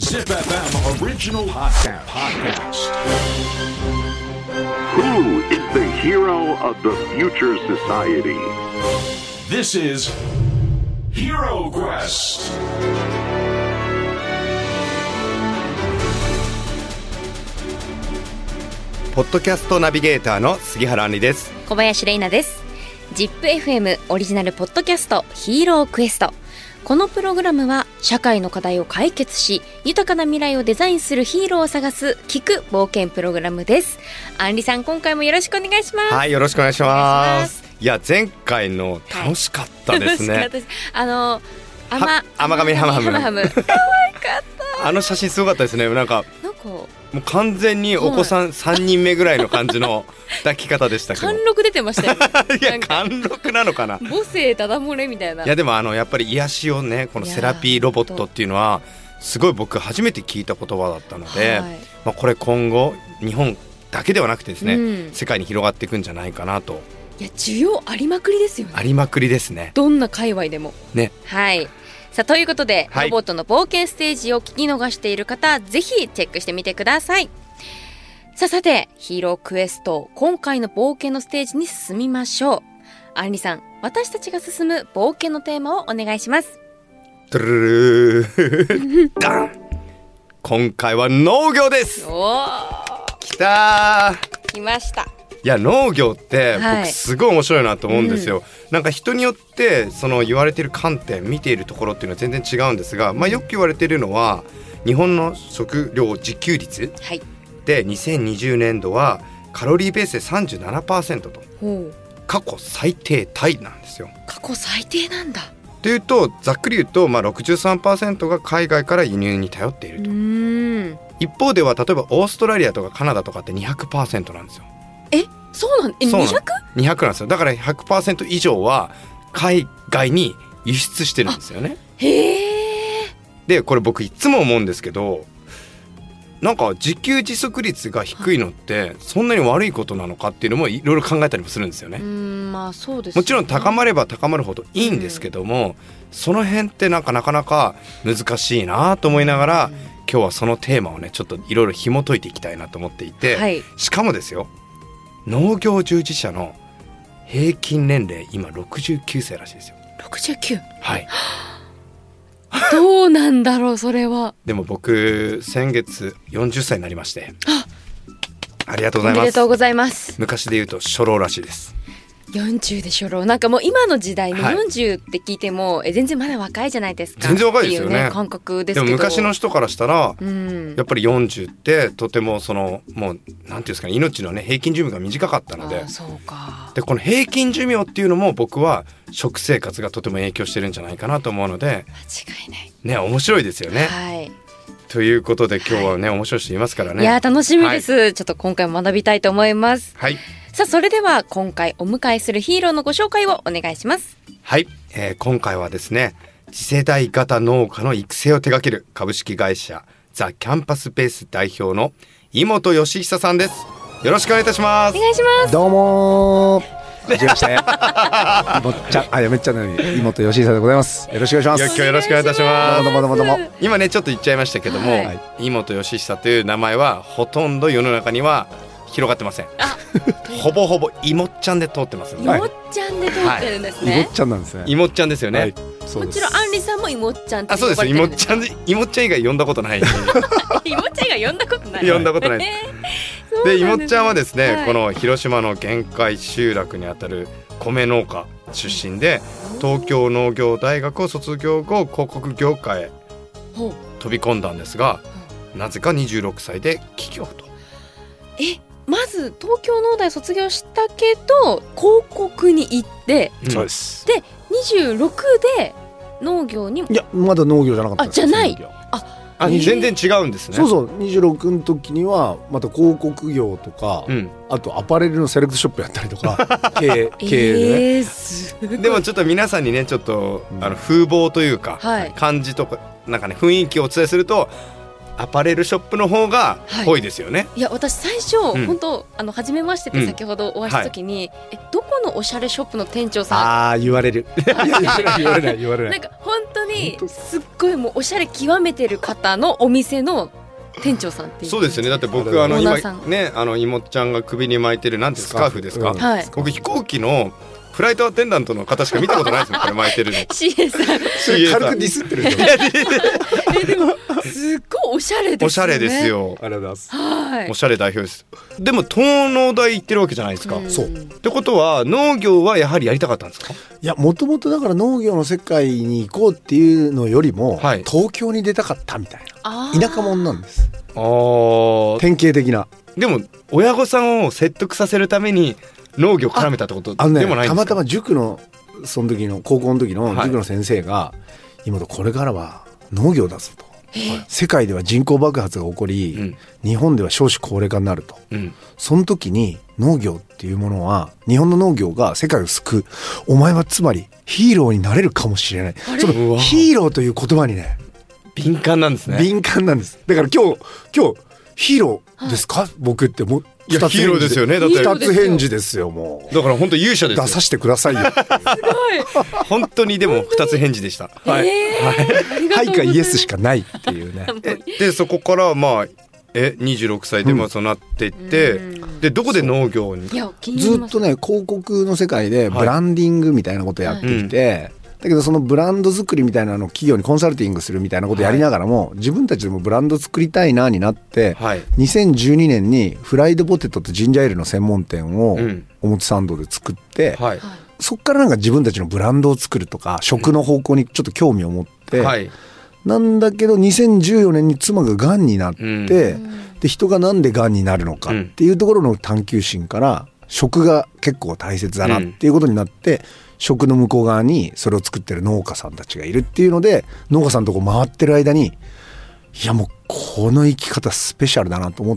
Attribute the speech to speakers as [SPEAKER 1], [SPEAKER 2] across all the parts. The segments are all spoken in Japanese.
[SPEAKER 1] Zip FM original podcast.
[SPEAKER 2] Who is the hero of the future society?
[SPEAKER 1] This is Hero Quest.
[SPEAKER 3] ポッドキャストナビゲーターの杉原杏里です。
[SPEAKER 4] 小林玲奈です。 ZIPFM オリジナルポッドキャストヒーロークエスト。このプログラムは社会の課題を解決し豊かな未来をデザインするヒーローを探す聞く冒険プログラムです。杏里さん、今回もよろしくお願いします。
[SPEAKER 3] はい、よろしくお願いします。いや、前回の楽しかったですね、
[SPEAKER 4] はい、楽しかったです。
[SPEAKER 3] 甘神ハムハム
[SPEAKER 4] 可愛かった。
[SPEAKER 3] あの写真すごかったですね。なんかもう完全にお子さん3人目ぐらいの感じの抱き方でしたけど
[SPEAKER 4] 貫禄出てましたよ
[SPEAKER 3] いや、貫禄なのかな、
[SPEAKER 4] 母性ただ漏れみたいな。
[SPEAKER 3] いや、でもやっぱり癒しをね、このセラピーロボットっていうのはすごい僕初めて聞いた言葉だったので、はい、これ今後日本だけではなくてですね、世界に広がっていくんじゃないかなと。
[SPEAKER 4] いや、需要ありまくりですよね。
[SPEAKER 3] ありまくりですね、
[SPEAKER 4] どんな界隈でも
[SPEAKER 3] ね。
[SPEAKER 4] はい。さあ、ということで、
[SPEAKER 3] はい、
[SPEAKER 4] ロボットの冒険ステージを聞き逃している方、ぜひチェックしてみてください。さてヒーロークエスト、今回の冒険のステージに進みましょう。杏里さん、私たちが進む冒険のテーマをお願いします。
[SPEAKER 3] トゥルルーダン。今回は農業です。
[SPEAKER 4] おー、
[SPEAKER 3] きたー、
[SPEAKER 4] 来ました。
[SPEAKER 3] いや、農業って僕すごい面白いなと思うんですよ、なんか人によってその言われている観点、見ているところっていうのは全然違うんですが、よく言われているのは日本の食料自給率、はい、で2020年度はカロリーベースで 37% と過去最低タイなんですよ。
[SPEAKER 4] 過去最低なんだ。
[SPEAKER 3] というと、ざっくり言うと、63% が海外から輸入に頼っていると。一方では例えばオーストラリアとかカナダとかって 200% なんですよ。
[SPEAKER 4] そうなん200？
[SPEAKER 3] 200なんですよ。だから 100% 以上は海外に輸出してるんですよね。
[SPEAKER 4] へー。
[SPEAKER 3] で、これ僕いつも思うんですけど、なんか自給自足率が低いのってそんなに悪いことなのかっていうのもいろいろ考えたりもするんですよね。
[SPEAKER 4] そうですね。
[SPEAKER 3] もちろん高まれば高まるほどいいんですけども、その辺ってなかなか難しいなと思いながら、今日はそのテーマをね、ちょっといろいろ紐解いていきたいなと思っていて、はい、しかもですよ、農業従事者の平均年齢今69歳らしいですよ。
[SPEAKER 4] 69？
[SPEAKER 3] はい。
[SPEAKER 4] どうなんだろう、それは。で
[SPEAKER 3] も僕先月40歳になりまして、ありがとうございます。
[SPEAKER 4] おめでとうございます。
[SPEAKER 3] 昔で言うと初老らしいです。
[SPEAKER 4] 40で初老、なんかもう今の時代の40って聞いても、全然まだ若いじゃないですか。
[SPEAKER 3] 全然若いですよね、
[SPEAKER 4] 感覚ですけど。
[SPEAKER 3] でも昔の人からしたら、やっぱり40ってとてももうなんていうんですかね、命のね、平均寿命が短かったので。
[SPEAKER 4] そうか。
[SPEAKER 3] で、この平均寿命っていうのも僕は食生活がとても影響してるんじゃないかなと思うので、
[SPEAKER 4] 間違いない
[SPEAKER 3] ね、面白いですよね。
[SPEAKER 4] はい。
[SPEAKER 3] ということで今日はね、面白い人いますからね。
[SPEAKER 4] いや、楽しみです、ちょっと今回も学びたいと思います。
[SPEAKER 3] はい。
[SPEAKER 4] さあ、それでは今回お迎えするヒーローのご紹介をお願いします。
[SPEAKER 3] はい、今回はですね、次世代型農家の育成を手掛ける株式会社ザ・キャンパスベース代表の井本義久さんです。よろしくお願いいたします。
[SPEAKER 4] お願いします。
[SPEAKER 5] どうもはじめましてめっちゃ井本義久でございます。よろしくお願いします。
[SPEAKER 3] 今日よろしくお願いいたします。
[SPEAKER 5] どうも
[SPEAKER 3] 今ね、ちょっと言っちゃいましたけども、はい、井本義久という名前はほとんど世の中には広がってません。ほぼほぼいもっちゃんで通ってますね。
[SPEAKER 4] いもっちゃんで通ってるんですね。
[SPEAKER 5] いもっちゃんなんですね。
[SPEAKER 3] いもっちゃんですよね。はい、
[SPEAKER 4] もちろん杏里さんもいもっちゃんって呼ばれてるんです。
[SPEAKER 3] そうです。いもっちゃんで、いもっちゃん以外呼んだことない。いもっ
[SPEAKER 4] ちゃん以外呼んだことない。
[SPEAKER 3] 呼んだことない。で、いもっちゃんはですね、はい、この広島の限界集落にあたる米農家出身で、東京農業大学を卒業後広告業界へ飛び込んだんですが、なぜか26歳で起業と。
[SPEAKER 4] まず東京農大卒業したけど広告に行って、
[SPEAKER 5] そうです。
[SPEAKER 4] で26で農業に。
[SPEAKER 5] いや、まだ農業じゃなかったんです。
[SPEAKER 4] じゃない。
[SPEAKER 3] 全然違うんですね。
[SPEAKER 5] そう26の時にはまた広告業とか、あとアパレルのセレクトショップやったりとか経営でね、
[SPEAKER 3] でもちょっと皆さんにね、ちょっと風貌というか、感じとかなんかね、雰囲気をお伝えすると、アパレルショップの方が多いですよね。
[SPEAKER 4] いや、私最初、本当初めましてって先ほどお会いした時に、どこのおしゃれショップの店長さん。
[SPEAKER 5] 言われる。言われない。
[SPEAKER 4] なんか本当にいすっごいもうおしゃれ極めてる方のお店の店長さんっていう。
[SPEAKER 3] そうですよね。だって僕今ねいもちゃんが首に巻いてるなんてスカーフですか、
[SPEAKER 4] はい、
[SPEAKER 3] 僕飛行機のフライトアテンダントの方しか見たことないですもんこれ巻いてるの。
[SPEAKER 4] CA さん
[SPEAKER 5] 軽くディスってるんだ
[SPEAKER 4] でもすっごいおしゃれですよね。
[SPEAKER 3] おしゃれですよ。
[SPEAKER 5] ありがとうございます。
[SPEAKER 4] はい。
[SPEAKER 3] おしゃれ代表です。でも東農大行ってるわけじゃないですか、
[SPEAKER 5] そう
[SPEAKER 3] ってことは農業はやはりやりたかったんですか？
[SPEAKER 5] いや、もともとだから農業の世界に行こうっていうのよりも、
[SPEAKER 3] はい、
[SPEAKER 5] 東京に出たかったみたいな田舎者なんです。典型的な。
[SPEAKER 3] でも親御さんを説得させるために農業絡めたってことでもないんですか？
[SPEAKER 5] たまたま塾のその時の高校の時の塾の先生が、妹これからは農業だぞと、世界では人口爆発が起こり、日本では少子高齢化になると、その時に農業っていうものは日本の農業が世界を救う、お前はつまりヒーローになれるかもしれない。そのヒーローという言葉にね
[SPEAKER 3] 敏感なんですね。
[SPEAKER 5] 敏感なんです。だから今日ヒーローですか、僕ってもう
[SPEAKER 3] いやヒーローですよね。だって
[SPEAKER 5] 2つ返事ですよ。もう
[SPEAKER 3] だから本当勇者ですよ。
[SPEAKER 5] 出させてくださいよ。す
[SPEAKER 3] ごい本当に。でも2つ返事でした。はい、
[SPEAKER 5] はいかイエスしかないっていうね。
[SPEAKER 3] でそこからまあ26歳でそうなっていって、でどこで農業に。
[SPEAKER 5] ずっとね広告の世界でブランディングみたいなことやってきて、だけどそのブランド作りみたいなのを企業にコンサルティングするみたいなことやりながらも、自分たちでもブランド作りたいなになって、2012年にフライドポテトとジンジャーエールの専門店を表参道で作って、そっからなんか自分たちのブランドを作るとか食の方向にちょっと興味を持って、なんだけど2014年に妻ががんになって、で人がなんでがんになるのかっていうところの探求心から食が結構大切だなっていうことになって、食の向こう側にそれを作ってる農家さんたちがいるっていうので、農家さんのとこ回ってる間に、いやもうこの生き方スペシャルだなと思って、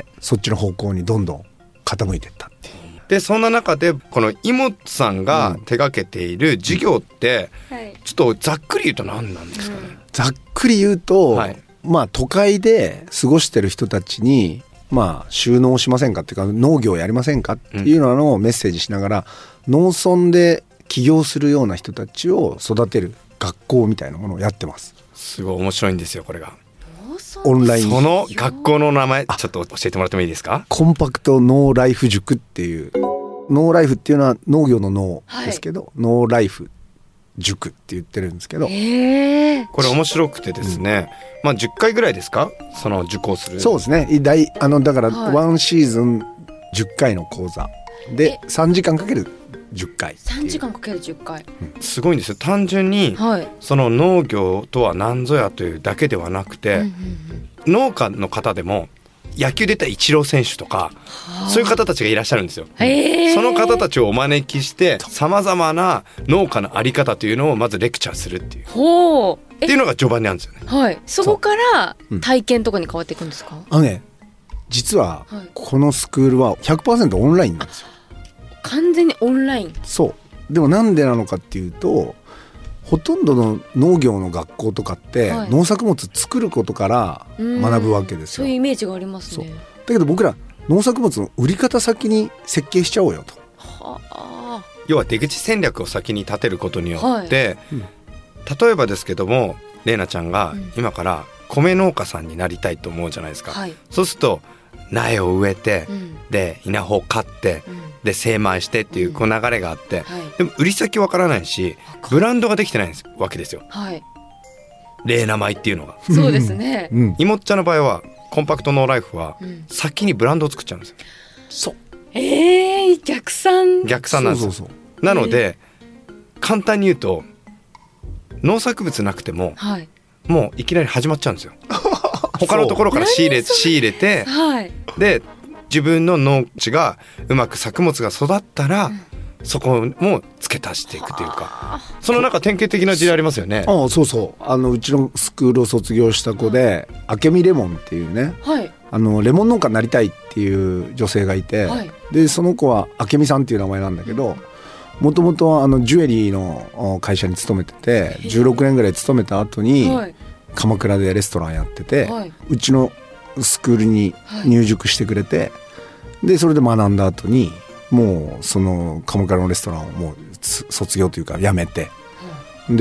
[SPEAKER 5] そっちの方向にどんどん傾いていったっていう。
[SPEAKER 3] でそんな中でこの井本さんが手掛けている事業って、ちょっとざっくり言うと何なんですかね？
[SPEAKER 5] ざっくり言うと、まあ都会で過ごしてる人たちにまあ収納しませんかっていうか、農業やりませんかっていうのをメッセージしながら、農村で起業するような人たちを育てる学校みたいなものをやってます。
[SPEAKER 3] すごい面白いんですよこれが。
[SPEAKER 5] オンライン。
[SPEAKER 3] その学校の名前ちょっと教えてもらってもいいですか？
[SPEAKER 5] コンパクトノーライフ塾っていう、ノーライフっていうのは農業の農ですけど、ノーライフ塾って言ってるんですけど、こ
[SPEAKER 3] れ面白くてですね、まあ10回ぐらいですか、その受講する。
[SPEAKER 5] そうですね。だからワンシーズン10回の講座で3時間かける10回。
[SPEAKER 4] 3時間かける10回、
[SPEAKER 3] すごいんですよ。単純に、その農業とは何ぞやというだけではなくて、農家の方でも野球で言ったらイチロー選手とか、そういう方たちがいらっしゃるんですよ。その方たちをお招きしてさまざまな農家のあり方というのをまずレクチャーするっていうっていうのが序盤にあるんですよね。
[SPEAKER 4] そこから体験とかに変わっていくんですか？
[SPEAKER 5] 実はこのスクールは 100% オンラインなんですよ。
[SPEAKER 4] 完全にオンライン。
[SPEAKER 5] そう。でもなんでなのかっていうと、ほとんどの農業の学校とかって、農作物作ることから学ぶわけですよ。
[SPEAKER 4] そういうイメージがありますね。
[SPEAKER 5] だけど僕ら農作物の売り方先に設計しちゃおうよと。
[SPEAKER 3] 要は出口戦略を先に立てることによって、例えばですけども、玲奈ちゃんが今から米農家さんになりたいと思うじゃないですか。そうすると苗を植えて、で稲穂を刈って、で精米してっていうこの流れがあって、でも売り先わからないし、ブランドができてないわけですよ。玲奈米っていうのが。
[SPEAKER 4] そうですね。
[SPEAKER 3] いもっちゃんの場合はコンパクトノーライフは先にブランドを作っちゃうんですよ。
[SPEAKER 5] そう。
[SPEAKER 4] 逆算
[SPEAKER 3] なんですよ。なので簡単に言うと、農作物なくても、もういきなり始まっちゃうんですよ。他のところから仕入れて、で自分の農地がうまく作物が育ったら、そこも付け足していくというか、その中典型的な事例ありますよね。
[SPEAKER 5] そうそう。うちのスクールを卒業した子で、明美レモンっていうね、レモン農家になりたいっていう女性がいて、でその子は明美さんっていう名前なんだけど、もともとジュエリーの会社に勤めてて、16年ぐらい勤めた後に鎌倉でレストランやってて、うちのスクールに入塾してくれて、でそれで学んだ後にもうその鎌倉のレストランをもう卒業というか辞めて、で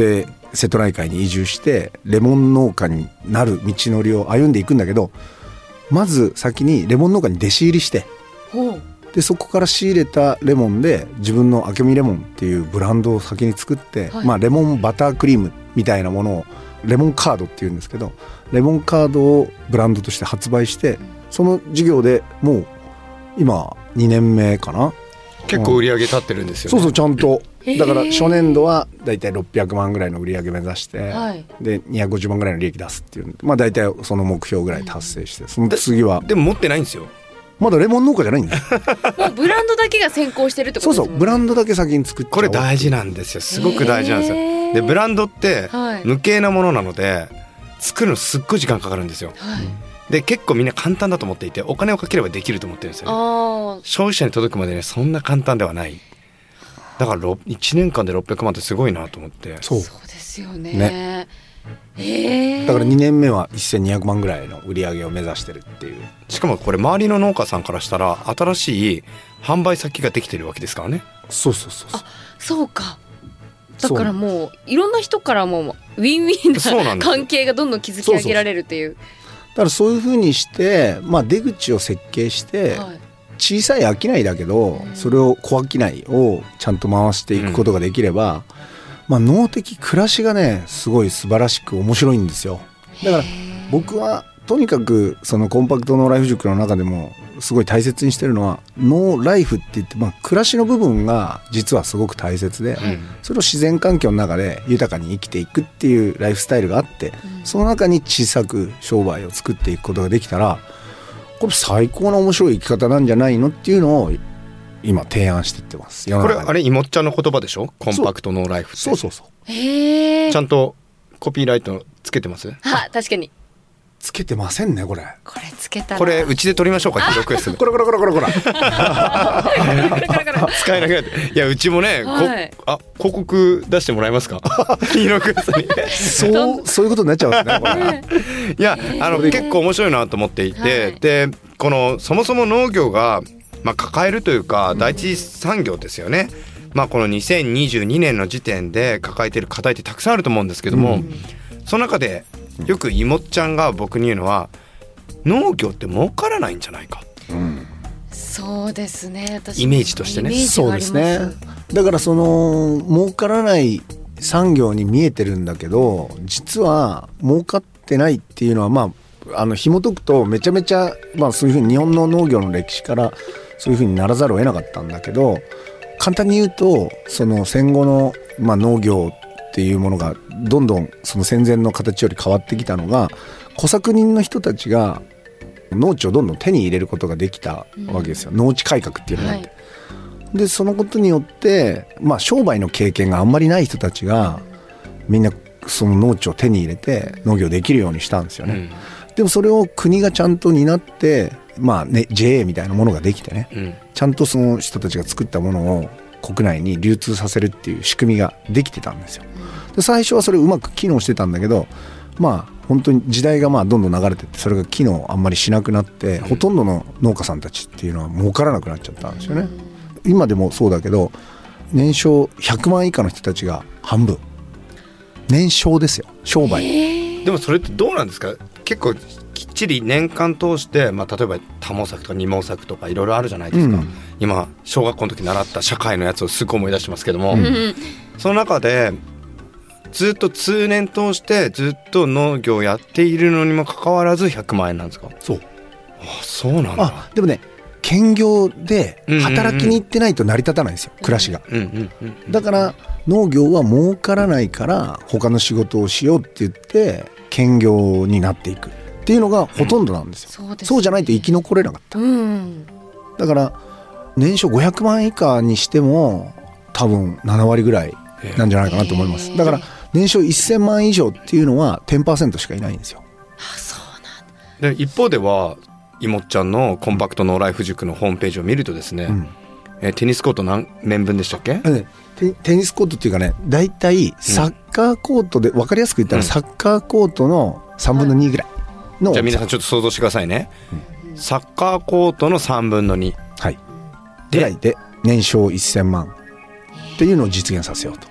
[SPEAKER 5] 瀬戸内海に移住してレモン農家になる道のりを歩んでいくんだけど、まず先にレモン農家に弟子入りして、でそこから仕入れたレモンで自分のあけみレモンっていうブランドを先に作って、レモンバタークリームみたいなものをレモンカードっていうんですけど、レモンカードをブランドとして発売して、その事業でもう今2年目かな。
[SPEAKER 3] 結構売り上げ立ってるんですよね。
[SPEAKER 5] そうそう、ちゃんとだから初年度はだいたい600万ぐらいの売り上げ目指して、で250万ぐらいの利益出すっていう、だいたいその目標ぐらい達成して、その次は
[SPEAKER 3] でも持ってないんですよ。
[SPEAKER 5] まだレモン農家じゃないんだよ
[SPEAKER 4] もうブランドだけが先行してるってことですもんね。
[SPEAKER 5] そうそう、ブランドだけ先に作っちゃおう。
[SPEAKER 3] これ大事なんですよ。すごく大事なんですよ。でブランドって無形なものなので作るのすっごい時間かかるんですよ。で結構みんな簡単だと思っていて、お金をかければできると思ってるんですよね。消費者に届くまでね、そんな簡単ではない。だから1年間で600万ってすごいなと思って。
[SPEAKER 4] そうですよね。
[SPEAKER 5] だから2年目は1200万ぐらいの売り上げを目指してるっていう。
[SPEAKER 3] しかもこれ周りの農家さんからしたら新しい販売先ができてるわけですからね。
[SPEAKER 5] そうそうそうそう。
[SPEAKER 4] あ、そうか。だからもういろんな人からもウィンウィンな関係がどんどん築き上げられるっていう。
[SPEAKER 5] だからそういうふうにして、出口を設計して、小さい商いだけど、それを小商いをちゃんと回していくことができれば、農的暮らしがねすごい素晴らしく面白いんですよ。だから僕はとにかくそのコンパクトノーライフ塾の中でもすごい大切にしてるのは、ノーライフって言って、暮らしの部分が実はすごく大切で、それを自然環境の中で豊かに生きていくっていうライフスタイルがあって、その中に小さく商売を作っていくことができたら、これ最高な面白い生き方なんじゃないのっていうのを今提案していってます。
[SPEAKER 3] これあれいもっちゃんの言葉でしょ、コンパクトノーライフって。
[SPEAKER 5] そうそうそう。
[SPEAKER 3] ちゃんとコピーライトつけてます？
[SPEAKER 4] 確かに
[SPEAKER 5] つけてませんね。これ
[SPEAKER 4] つけたら
[SPEAKER 3] これうちで撮りましょうか。ヒーロークエストで
[SPEAKER 5] こら
[SPEAKER 3] 使えなくなって。いやうちもね、広告出してもらえますかヒーロークエストに
[SPEAKER 5] そういうことになっちゃうんですね。
[SPEAKER 3] いや結構面白いなと思っていて、でこのそもそも農業が抱えるというか第一産業ですよね。この2022年の時点で抱えている課題ってたくさんあると思うんですけども、その中でよくいもっちゃんが僕に言うのは、農業って儲からないんじゃないか、
[SPEAKER 4] そうですね、
[SPEAKER 3] イメージとしてね。
[SPEAKER 5] そうですね。だからその儲からない産業に見えてるんだけど、実は儲かってないっていうのは紐解くとめちゃめちゃ、そういうふうに日本の農業の歴史からそういうふうにならざるを得なかったんだけど、簡単に言うとその戦後の、農業っていうものがどんどんその戦前の形より変わってきたのが、小作人の人たちが農地をどんどん手に入れることができたわけですよ。農地改革っていうのがあって、でそのことによって、商売の経験があんまりない人たちがみんなその農地を手に入れて農業できるようにしたんですよね。でもそれを国がちゃんと担って、JA みたいなものができてね、ちゃんとその人たちが作ったものを国内に流通させるっていう仕組みができてたんですよ。で最初はそれうまく機能してたんだけど、本当に時代がどんどん流れてって、それが機能あんまりしなくなって、ほとんどの農家さんたちっていうのは儲からなくなっちゃったんですよね。今でもそうだけど、年商100万以下の人たちが半分、年商ですよ、商売。
[SPEAKER 3] でもそれってどうなんですか。結構きっちり年間通して、例えば多毛作とか二毛作とかいろいろあるじゃないですか、今小学校の時習った社会のやつをすぐ思い出してますけども、その中でずっと通年通してずっと農業をやっているのにもかかわらず100万円なんですか。そうなんだ。
[SPEAKER 5] でもね、兼業で働きに行ってないと成り立たないんですよ、暮らしが。だから農業は儲からないから他の仕事をしようって言って兼業になっていくっていうのがほとんどなんですよ。そうじゃないと生き残れなかった。だから年商500万以下にしても多分7割ぐらいなんじゃないかなと思います。だから年商1000万以上っていうのは 10% しかいないんですよ。
[SPEAKER 3] そうなんだ。で一方ではいもっちゃんのコンパクトノーライフ塾のホームページを見るとですね、テニスコート何面分でしたっけ？
[SPEAKER 5] テニスコートっていうかね、だいたいサッカーコートで分かりやすく言ったらサッカーコートの3分の2ぐらいの、じゃあ
[SPEAKER 3] 皆さんちょっと想像してくださいね、サッカーコートの3分の2、
[SPEAKER 5] ぐらいで年商1000万っていうのを実現させようと。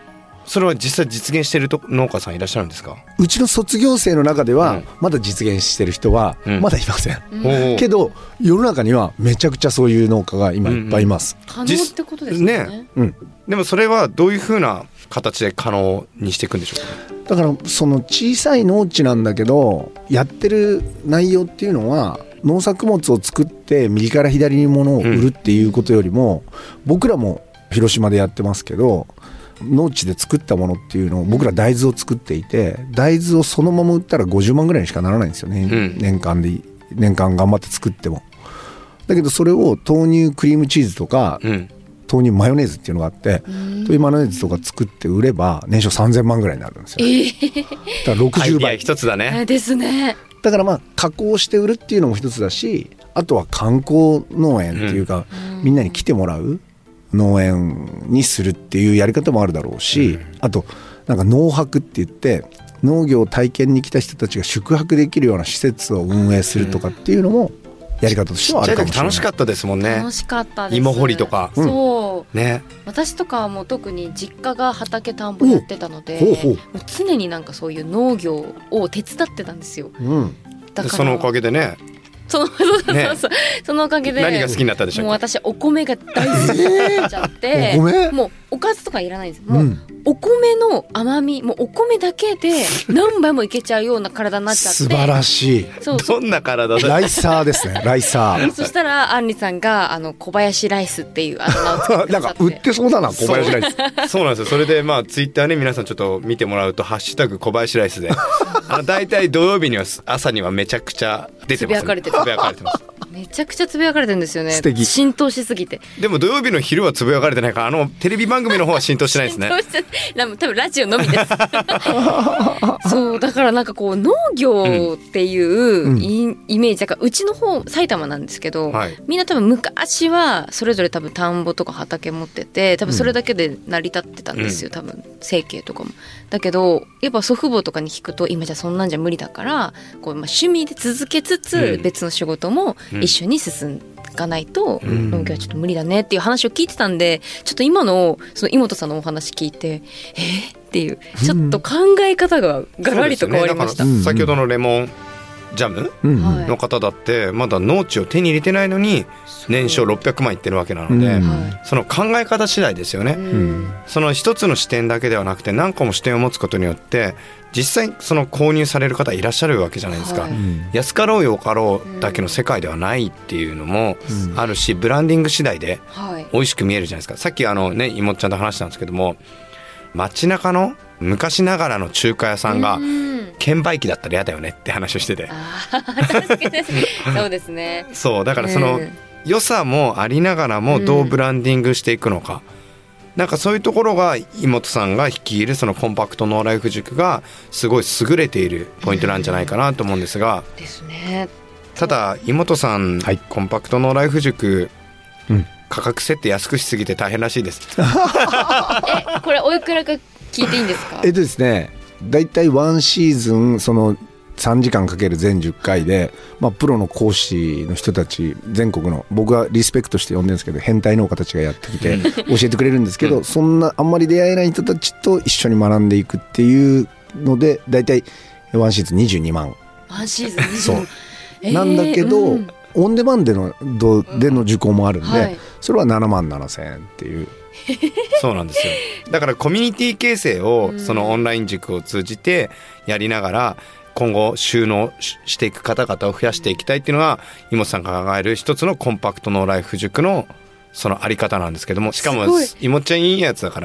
[SPEAKER 3] それは実際実現している農家さんいらっしゃるんですか？
[SPEAKER 5] うちの卒業生の中ではまだ実現してる人はまだいません、けど世の中にはめちゃくちゃそういう農家が今いっぱいいます、
[SPEAKER 4] 可能ってことですね。
[SPEAKER 3] でもそれはどういうふうな形で可能にしていくんでしょうか？
[SPEAKER 5] だからその小さい農地なんだけどやってる内容っていうのは農作物を作って右から左に物を売るっていうことよりも、僕らも広島でやってますけど農地で作ったものっていうのを僕ら大豆を作っていて、大豆をそのまま売ったら50万ぐらいにしかならないんですよね、年間頑張って作っても。だけどそれを豆乳クリームチーズとか、豆乳マヨネーズっていうのがあって、豆乳マヨネーズとか作って売れば年商3000万ぐらいになるんですよ、だから60倍
[SPEAKER 3] 一つだね。
[SPEAKER 4] ですね。
[SPEAKER 5] だからまあ加工して売るっていうのも一つだし、あとは観光農園っていうか、みんなに来てもらう農園にするっていうやり方もあるだろうし、あとなんか農泊って言って農業を体験に来た人たちが宿泊できるような施設を運営するとかっていうのもやり方としてはあるかもしれない。
[SPEAKER 3] 楽しかったですもんね。
[SPEAKER 4] 楽しかったです。
[SPEAKER 3] 芋掘りとか、
[SPEAKER 4] そう
[SPEAKER 3] ね。
[SPEAKER 4] 私とかはもう特に実家が畑田んぼやってたので、もう常になんかそういう農業を手伝ってたんですよ、だから
[SPEAKER 3] そのおかげでね、
[SPEAKER 4] そのおかげで
[SPEAKER 3] 何が好きになったでしょうか？
[SPEAKER 4] もう私お米が大好きになっちゃって
[SPEAKER 5] お米？
[SPEAKER 4] もうおかずとかいらないんです。もうお米の甘み、もうお米だけで何杯もいけちゃうような体になっちゃって。
[SPEAKER 5] 素晴らしい。
[SPEAKER 3] どんな体だ？
[SPEAKER 5] ライサーですね、ライサー。
[SPEAKER 4] そしたらアンリさんが小林ライスっていう名をつけてくださって
[SPEAKER 5] なんか売ってそうだな、小林ライス。
[SPEAKER 3] そうなんですよ。それでまあツイッターね、皆さんちょっと見てもらうとハッシュタグ小林ライスでだいたい土曜日には朝にはめちゃくちゃ出てます、ね、つぶやかれてます
[SPEAKER 4] めちゃくちゃつぶやかれてるんですよね。
[SPEAKER 5] 素敵。
[SPEAKER 4] 浸透しすぎて。
[SPEAKER 3] でも土曜日の昼はつぶやかれてないから、テレビ番組の方は浸透してないですね。
[SPEAKER 4] 多分ラジオのみですそうだからなんかこう農業っていうイメージだから、うちの方埼玉なんですけど、みんな多分昔はそれぞれ多分田んぼとか畑持ってて、多分それだけで成り立ってたんですよ、多分生計とかも。だけどやっぱ祖父母とかに聞くと、今じゃそんなんじゃ無理だからこう、趣味で続けつつ別の仕事も一緒に進かないと農業はちょっと無理だねっていう話を聞いてたんで、ちょっと今のその井本さんのお話聞いてっていうちょっと考え方がガラリと変わりました、
[SPEAKER 3] 先ほどのレモンジャムの方だってまだ農地を手に入れてないのに年商600万いってるわけなので、その考え方次第ですよね、その一つの視点だけではなくて何個も視点を持つことによって実際その購入される方いらっしゃるわけじゃないですか、安かろうよかろうだけの世界ではないっていうのもあるし、ブランディング次第で美味しく見えるじゃないですか。さっきね妹ちゃんと話したんですけども、街中の昔ながらの中華屋さんが券売機だったら嫌だよねって話をしてて、
[SPEAKER 4] そうですね。
[SPEAKER 3] そうだからその良さもありながらもどうブランディングしていくのか、なんかそういうところが妹さんが率いるそのコンパクトノーライフ塾がすごい優れているポイントなんじゃないかなと思うんですが、
[SPEAKER 4] ですね。
[SPEAKER 3] ただ妹さん、コンパクトノーライフ塾、価格設定安くしすぎて大変らしいです。
[SPEAKER 4] これおいくらか聞いていいんですか？
[SPEAKER 5] ですね、だいたい1シーズンその3時間かける全10回で、プロの講師の人たち全国の、僕はリスペクトして呼んでるんですけど変態農家たちがやってきて教えてくれるんですけど、そんなあんまり出会えない人たちと一緒に学んでいくっていうのでだいたい1シーズン22万。
[SPEAKER 4] 1シーズン22万
[SPEAKER 5] なんだけど、オンデマンドでの受講もあるんで、それは7万7千円っていう
[SPEAKER 3] そうなんですよ。だからコミュニティ形成をそのオンライン塾を通じてやりながら今後収納していく方々を増やしていきたいっていうのが妹さんが考える一つのコンパクトノーライフ塾のそのあり方なんですけども、しかも妹ちゃんいいやつだから、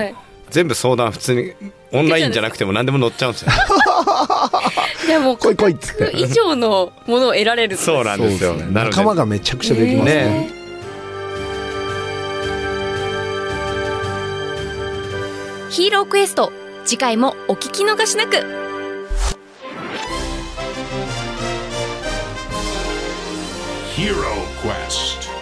[SPEAKER 3] 全部相談普通にオンラインじゃなくても何でも載っちゃうんですよ。
[SPEAKER 4] でも価格以上のものを得られる。
[SPEAKER 3] そうなんですよ。
[SPEAKER 5] 仲間がめちゃくちゃできますね。
[SPEAKER 4] ヒーロークエスト、次回もお聞き逃しなく。
[SPEAKER 1] Hero Quest